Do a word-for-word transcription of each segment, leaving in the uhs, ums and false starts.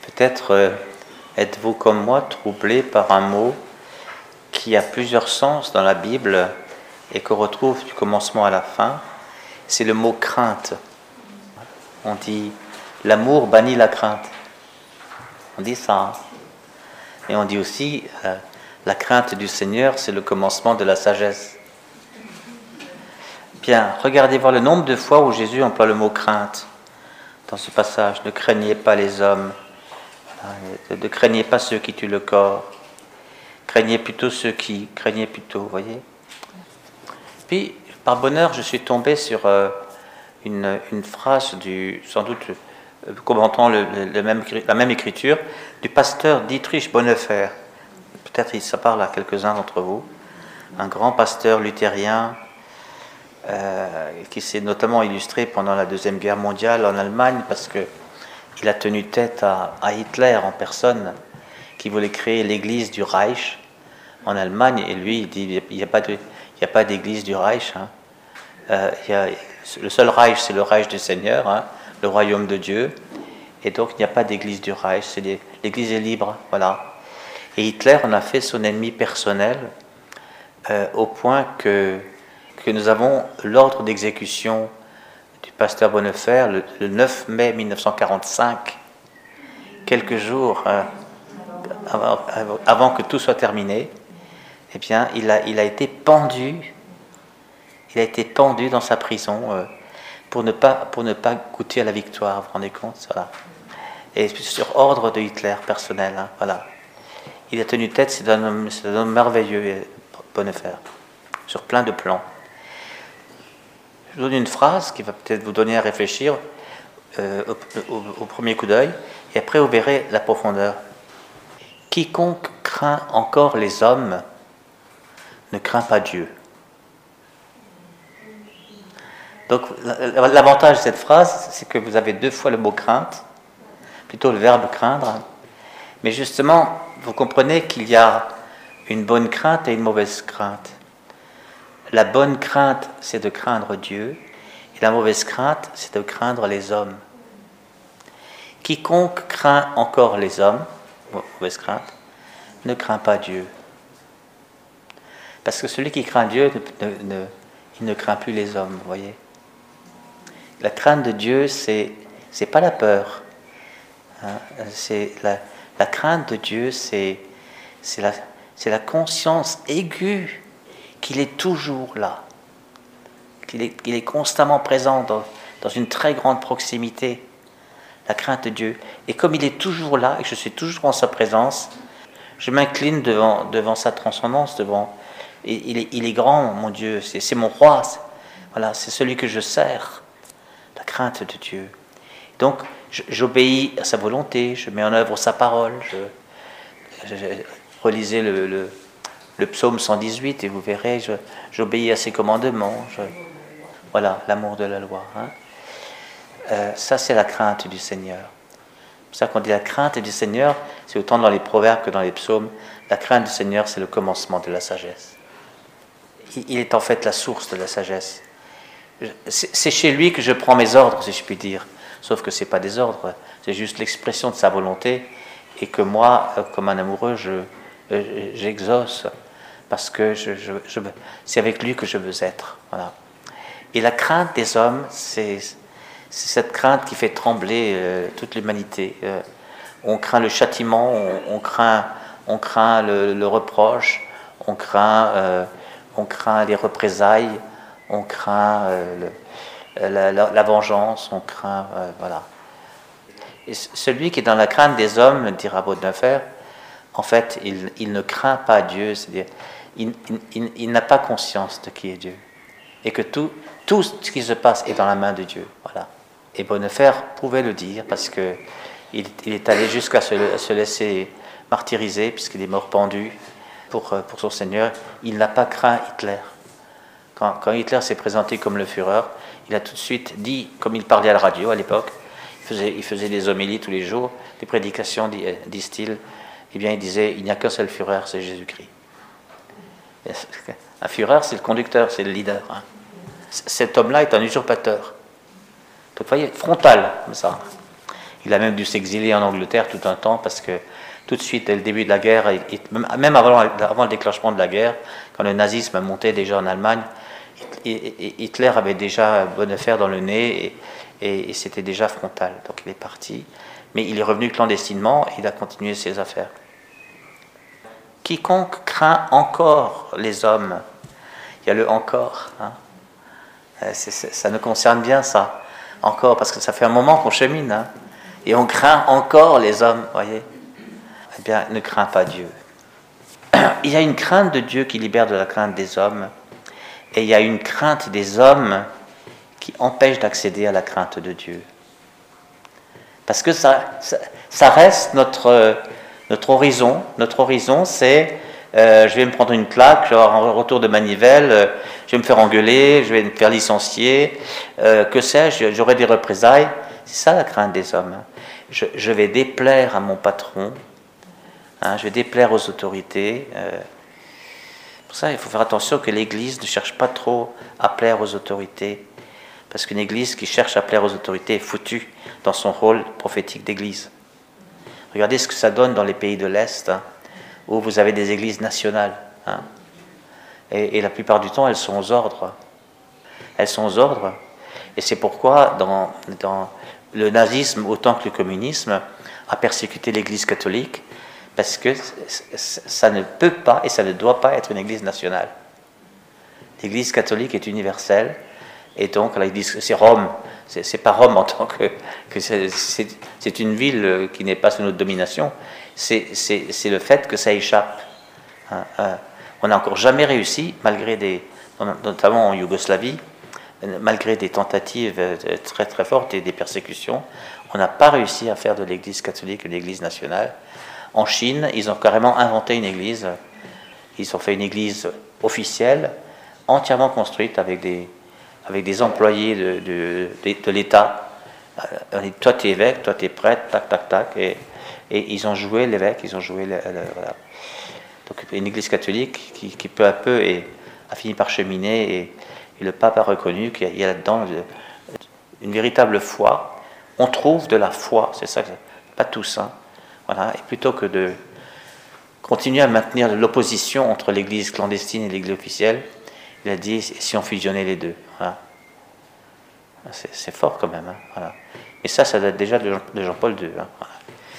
Peut-être euh, êtes-vous comme moi troublé par un mot qui a plusieurs sens dans la Bible et qu'on retrouve du commencement à la fin. C'est le mot crainte. On dit l'amour bannit la crainte. On dit ça. Hein. Et on dit aussi euh, la crainte du Seigneur, c'est le commencement de la sagesse. Bien, regardez voir le nombre de fois où Jésus emploie le mot crainte dans ce passage. Ne craignez pas les hommes. Ne craignez pas ceux qui tuent le corps. Craignez plutôt ceux qui... Craignez plutôt, vous voyez. Puis, par bonheur, je suis tombé sur euh, une, une phrase, du, sans doute euh, commentant le, le même, la même écriture, du pasteur Dietrich Bonhoeffer. Peut-être ça parle à quelques-uns d'entre vous. Un grand pasteur luthérien euh, qui s'est notamment illustré pendant la Deuxième Guerre mondiale en Allemagne parce que il a tenu tête à, à Hitler en personne, qui voulait créer l'église du Reich en Allemagne. Et lui, il dit il n'y a pas de, il n'y a pas d'église du Reich. Hein. Euh, il y a, le seul Reich, c'est le Reich du Seigneur, hein, le royaume de Dieu. Et donc, il n'y a pas d'église du Reich. C'est des, l'église est libre, voilà. Et Hitler en a fait son ennemi personnel, euh, au point que, que nous avons l'ordre d'exécution du pasteur Bonhoeffer le, le neuf mai mille neuf cent quarante-cinq, quelques jours euh, avant, avant que tout soit terminé. Eh bien, il a, il a été pendu, il a été pendu dans sa prison euh, pour ne pas pour ne pas goûter à la victoire. Vous vous rendez compte, voilà. Et sur ordre de Hitler personnel, hein, voilà. Il a tenu tête, c'est un homme, c'est un homme merveilleux, Bonhoeffer, sur plein de plans. Je vous donne une phrase qui va peut-être vous donner à réfléchir euh, au, au, au premier coup d'œil, et après vous verrez la profondeur. Quiconque craint encore les hommes ne craint pas Dieu. Donc l'avantage de cette phrase, c'est que vous avez deux fois le mot crainte, plutôt le verbe craindre, mais justement, vous comprenez qu'il y a une bonne crainte et une mauvaise crainte. La bonne crainte, c'est de craindre Dieu, et la mauvaise crainte, c'est de craindre les hommes. Quiconque craint encore les hommes, mauvaise crainte, ne craint pas Dieu. Parce que celui qui craint Dieu, ne, ne, ne, il ne craint plus les hommes, vous voyez. La crainte de Dieu, c'est, c'est pas la peur. Hein, c'est la, la crainte de Dieu, c'est, c'est, la, c'est la conscience aiguë qu'il est toujours là, qu'il est, qu'il est constamment présent dans, dans une très grande proximité, la crainte de Dieu. Et comme il est toujours là et que je suis toujours en sa présence, je m'incline devant, devant sa transcendance, devant, il est, il est grand, mon Dieu, c'est, c'est mon roi, c'est, voilà, c'est celui que je sers, la crainte de Dieu. Donc, je, j'obéis à sa volonté, je mets en œuvre sa parole, je, je, je relisez le... le Le psaume cent dix-huit, et vous verrez, je, j'obéis à ses commandements. Je, voilà, l'amour de la loi. Hein. Euh, ça, c'est la crainte du Seigneur. C'est pour ça qu'on dit la crainte du Seigneur, c'est autant dans les proverbes que dans les psaumes. La crainte du Seigneur, c'est le commencement de la sagesse. Il, il est en fait la source de la sagesse. C'est, c'est chez lui que je prends mes ordres, si je puis dire. Sauf que ce n'est pas des ordres, c'est juste l'expression de sa volonté, et que moi, comme un amoureux, je, j'exauce. Parce que je, je, je, c'est avec lui que je veux être. Voilà. Et la crainte des hommes, c'est, c'est cette crainte qui fait trembler euh, toute l'humanité. Euh, on craint le châtiment, on, on craint, on craint le, le reproche, on craint, euh, on craint les représailles, on craint euh, le, la, la, la vengeance, on craint... Euh, voilà. Et celui qui est dans la crainte des hommes, dira Bonhoeffer, en fait, il, il ne craint pas Dieu, c'est-à-dire il, il, il, il n'a pas conscience de qui est Dieu. Et que tout, tout ce qui se passe est dans la main de Dieu. Voilà. Et Bonhoeffer pouvait le dire parce qu'il il est allé jusqu'à se, à se laisser martyriser, puisqu'il est mort pendu pour, pour son Seigneur. Il n'a pas craint Hitler. Quand, quand Hitler s'est présenté comme le Führer, il a tout de suite dit, comme il parlait à la radio à l'époque, il faisait, il faisait des homélies tous les jours, des prédications, disent-ils. Eh bien, il disait, il n'y a qu'un seul Führer, c'est Jésus-Christ. Un Führer, c'est le conducteur, c'est le leader. Hein. Cet homme-là est un usurpateur. Donc, vous voyez, frontal, comme ça. Il a même dû s'exiler en Angleterre tout un temps parce que tout de suite, dès le début de la guerre, même avant, avant le déclenchement de la guerre, quand le nazisme montait déjà en Allemagne, Hitler avait déjà bonne affaire dans le nez et, et, et c'était déjà frontal. Donc il est parti. Mais il est revenu clandestinement et il a continué ses affaires. Quiconque craint encore les hommes, il y a le encore, hein. c'est, c'est, ça nous concerne bien ça, encore, parce que ça fait un moment qu'on chemine, hein, et on craint encore les hommes, voyez. Eh bien, ne crains pas Dieu. Il y a une crainte de Dieu qui libère de la crainte des hommes, et il y a une crainte des hommes qui empêche d'accéder à la crainte de Dieu. Parce que ça, ça, ça reste notre, notre horizon. Notre horizon, c'est euh, je vais me prendre une claque, je vais avoir un retour de manivelle, euh, je vais me faire engueuler, je vais me faire licencier, euh, que sais-je, j'aurai des représailles. C'est ça la crainte des hommes. Je, je vais déplaire à mon patron, hein, je vais déplaire aux autorités. Euh, pour ça, il faut faire attention que l'Église ne cherche pas trop à plaire aux autorités. Parce qu'une église qui cherche à plaire aux autorités est foutue dans son rôle prophétique d'église. Regardez ce que ça donne dans les pays de l'Est, hein, où vous avez des églises nationales. Hein, et, et la plupart du temps, elles sont aux ordres. Elles sont aux ordres. Et c'est pourquoi, dans, dans le nazisme, autant que le communisme, a persécuté l'église catholique, parce que ça ne peut pas et ça ne doit pas être une église nationale. L'église catholique est universelle. Et donc, là, ils disent que c'est Rome. C'est, c'est pas Rome en tant que... que c'est, c'est, c'est une ville qui n'est pas sous notre domination. C'est, c'est, c'est le fait que ça échappe. Hein, hein. On n'a encore jamais réussi, malgré des... notamment en Yougoslavie, malgré des tentatives très très fortes et des persécutions, on n'a pas réussi à faire de l'église catholique une église nationale. En Chine, ils ont carrément inventé une église. Ils ont fait une église officielle, entièrement construite avec des... avec des employés de, de, de, de l'État. Toi, tu es évêque, toi, tu es prêtre, tac, tac, tac. Et, et ils ont joué l'évêque, ils ont joué... Le, le, voilà. Donc, une église catholique qui, qui peu à peu est, a fini par cheminer, et, et le pape a reconnu qu'il y a, il y a là-dedans une véritable foi. On trouve de la foi, c'est ça, pas tous. Hein. Voilà. Et plutôt que de continuer à maintenir l'opposition entre l'église clandestine et l'église officielle, il a dit, si on fusionnait les deux. Voilà. C'est, c'est fort quand même. Hein. Voilà. Et ça, ça date déjà de, Jean, de Jean-Paul deux. Hein. Voilà.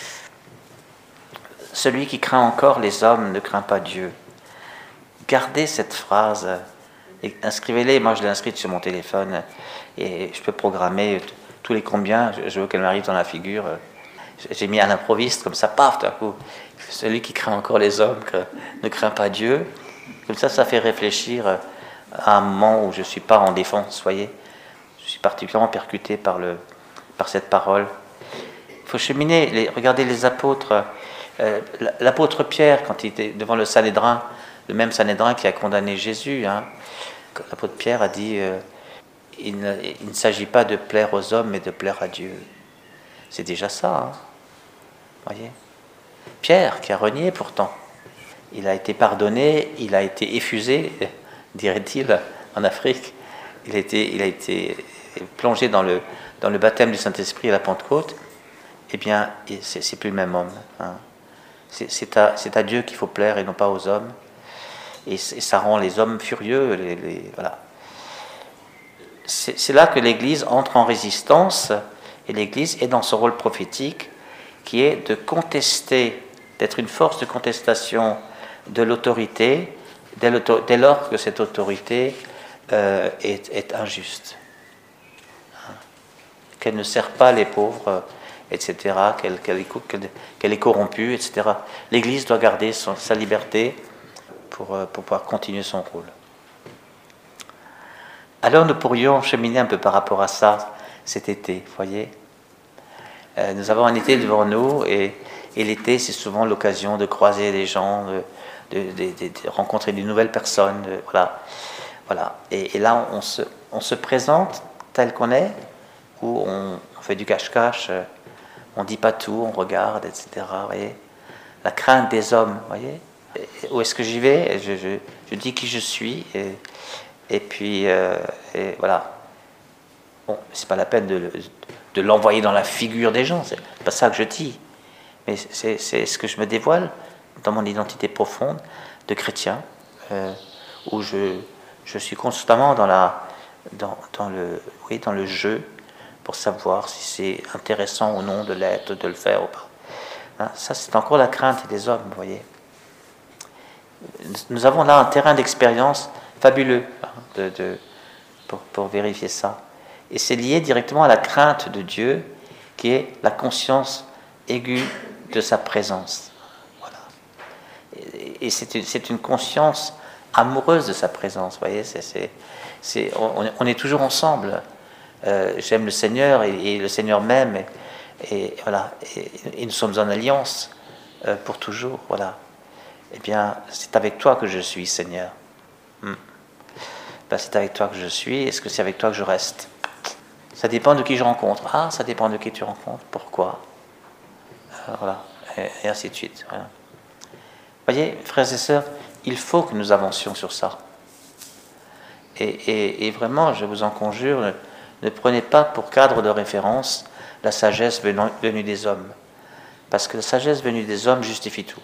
Celui qui craint encore les hommes ne craint pas Dieu. Gardez cette phrase, et inscrivez-les. Moi, je l'ai inscrite sur mon téléphone, et je peux programmer tous les combien, je veux qu'elle m'arrive dans la figure. J'ai mis à l'improviste, comme ça, paf, d'un coup. Celui qui craint encore les hommes ne craint pas Dieu. Comme ça, ça fait réfléchir à un moment où je ne suis pas en défense, voyez. Je suis particulièrement percuté par, le, par cette parole. Il faut cheminer. Les, regardez les apôtres. Euh, l'apôtre Pierre, quand il était devant le Sanhédrin, le même Sanhédrin qui a condamné Jésus, hein, l'apôtre Pierre a dit euh, il, ne, il ne s'agit pas de plaire aux hommes, mais de plaire à Dieu. C'est déjà ça. Hein, voyez. Pierre, qui a renié pourtant. Il a été pardonné, il a été effusé, dirait-il, en Afrique. Il a été, il a été plongé dans le, dans le baptême du Saint-Esprit à la Pentecôte. Eh bien, c'est, c'est plus le même homme. Hein. C'est, c'est, à, c'est à Dieu qu'il faut plaire et non pas aux hommes. Et, et ça rend les hommes furieux. Les, les, voilà. c'est, c'est là que l'Église entre en résistance, et l'Église est dans son rôle prophétique, qui est de contester, d'être une force de contestation de l'autorité, dès, dès lors que cette autorité euh, est, est injuste. Hein. Qu'elle ne sert pas les pauvres, et cetera, qu'elle, qu'elle, qu'elle, qu'elle est corrompue, et cetera. L'Église doit garder son, sa liberté pour, pour pouvoir continuer son rôle. Alors nous pourrions cheminer un peu par rapport à ça cet été, voyez. Euh, nous avons un été devant nous, et, et l'été, c'est souvent l'occasion de croiser des gens, de, de, de, de, de rencontrer de nouvelles personnes, de, voilà. Voilà. Et, et là, on se, on se présente tel qu'on est, où on, on fait du cache-cache, on ne dit pas tout, on regarde, et cetera. Voyez. La crainte des hommes, voyez. Et, où est-ce que j'y vais? je, je, je dis qui je suis, et, et puis, euh, et voilà. Bon, c'est pas la peine de, de de l'envoyer dans la figure des gens, c'est pas ça que je dis. Mais c'est, c'est ce que je me dévoile dans mon identité profonde de chrétien, euh, où je, je suis constamment dans, la, dans, dans, le, oui, dans le jeu pour savoir si c'est intéressant ou non de l'être, de le faire ou pas. Hein, ça, c'est encore la crainte des hommes, vous voyez. Nous avons là un terrain d'expérience fabuleux hein, de, de, pour, pour vérifier ça. Et c'est lié directement à la crainte de Dieu, qui est la conscience aiguë de sa présence. Voilà. Et, et c'est, une, c'est une conscience amoureuse de sa présence. Vous voyez, c'est, c'est, c'est, on, on est toujours ensemble. Euh, j'aime le Seigneur et, et le Seigneur m'aime. Et, et voilà. Et, et nous sommes en alliance euh, pour toujours. Voilà. Eh bien, c'est avec toi que je suis, Seigneur. Hmm. Ben, c'est avec toi que je suis. Est-ce que c'est avec toi que je reste? Ça dépend de qui je rencontre. Ah, ça dépend de qui tu rencontres. Pourquoi? euh, Voilà. Et, et ainsi de suite. Voilà. Vous voyez, frères et sœurs, il faut que nous avancions sur ça. Et, et, et vraiment, je vous en conjure, ne, ne prenez pas pour cadre de référence la sagesse venant, venue des hommes. Parce que la sagesse venue des hommes justifie tout.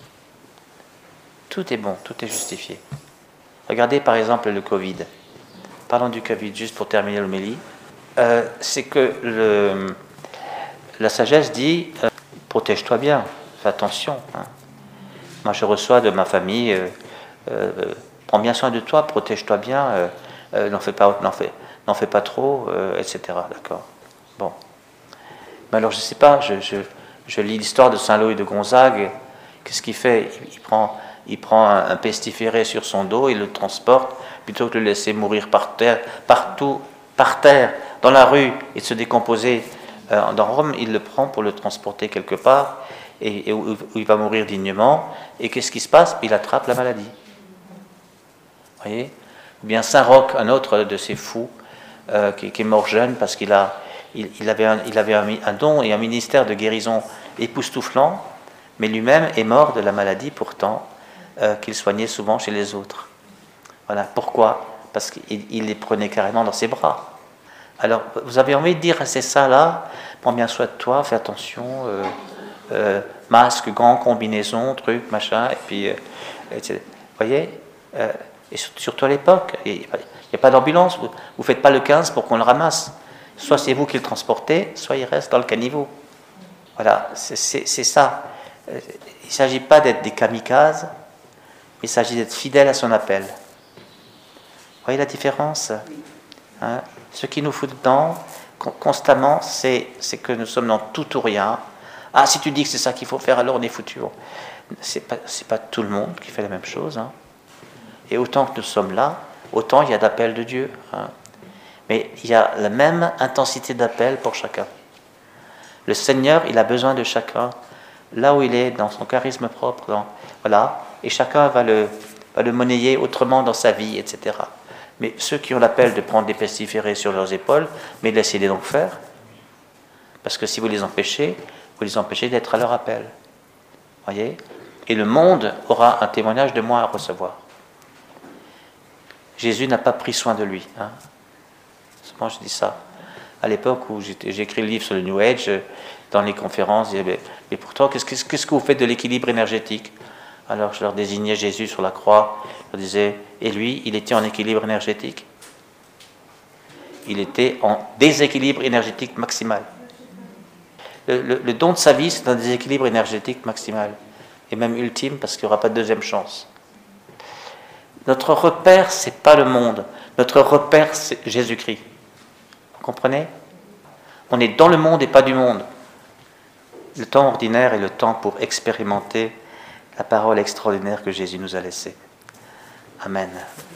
Tout est bon, tout est justifié. Regardez par exemple le Covid. Parlons du Covid juste pour terminer l'homélie. Euh, c'est que le, la sagesse dit euh, protège-toi bien, fais attention. Hein. Moi je reçois de ma famille, euh, euh, prends bien soin de toi, protège-toi bien, euh, euh, n'en fais pas, n'en fais, n'en fais pas trop, euh, et cetera. D'accord. Bon. Mais alors je sais pas, je, je, je lis l'histoire de Saint Louis de Gonzague. Qu'est-ce qu'il fait? il, il prend Il prend un, un pestiféré sur son dos, il le transporte, plutôt que de le laisser mourir par terre, partout, par terre, dans la rue, et de se décomposer euh, dans Rome, il le prend pour le transporter quelque part, et, et où, où il va mourir dignement. Et qu'est-ce qui se passe? Il attrape la maladie. Vous voyez? Ou bien Saint Roch, un autre de ces fous, euh, qui, qui est mort jeune parce qu'il a, il, il avait, un, il avait un, un don et un ministère de guérison époustouflant, mais lui-même est mort de la maladie pourtant, Euh, qu'il soignait souvent chez les autres. Voilà. Pourquoi? Parce qu'il il les prenait carrément dans ses bras. Alors, vous avez envie de dire, c'est ça là, prends bien soin de toi, fais attention, euh, euh, masque, gants, combinaison, truc, machin, et puis, euh, et cetera. Vous voyez euh, et surtout à l'époque, il n'y a pas d'ambulance, vous ne faites pas le quinze pour qu'on le ramasse. Soit c'est vous qui le transportez, soit il reste dans le caniveau. Voilà, c'est, c'est, c'est ça. Il ne s'agit pas d'être des kamikazes, il s'agit d'être fidèle à son appel. Vous voyez la différence? Hein? Ce qui nous fout dedans, constamment, c'est, c'est que nous sommes dans tout ou rien. Ah, si tu dis que c'est ça qu'il faut faire, alors on est foutu. Ce n'est pas, c'est pas tout le monde qui fait la même chose. Hein? Et autant que nous sommes là, autant il y a d'appel de Dieu. Hein? Mais il y a la même intensité d'appel pour chacun. Le Seigneur, il a besoin de chacun, là où il est, dans son charisme propre. Dans, voilà. Et chacun va le, va le monnayer autrement dans sa vie, et cetera. Mais ceux qui ont l'appel de prendre des pestiférés sur leurs épaules, mais laissez-les donc faire. Parce que si vous les empêchez, vous les empêchez d'être à leur appel. Voyez? Et le monde aura un témoignage de moins à recevoir. Jésus n'a pas pris soin de lui. Hein. Souvent je dis ça. À l'époque où j'ai écrit le livre sur le New Age, dans les conférences, je disais, mais, mais pourtant, qu'est-ce, qu'est-ce que vous faites de l'équilibre énergétique? Alors je leur désignais Jésus sur la croix, je leur disais, et lui, il était en équilibre énergétique. Il était en déséquilibre énergétique maximal. Le, le, le don de sa vie, c'est un déséquilibre énergétique maximal, et même ultime, parce qu'il n'y aura pas de deuxième chance. Notre repère, ce n'est pas le monde. Notre repère, c'est Jésus-Christ. Vous comprenez? On est dans le monde et pas du monde. Le temps ordinaire est le temps pour expérimenter la parole extraordinaire que Jésus nous a laissée. Amen.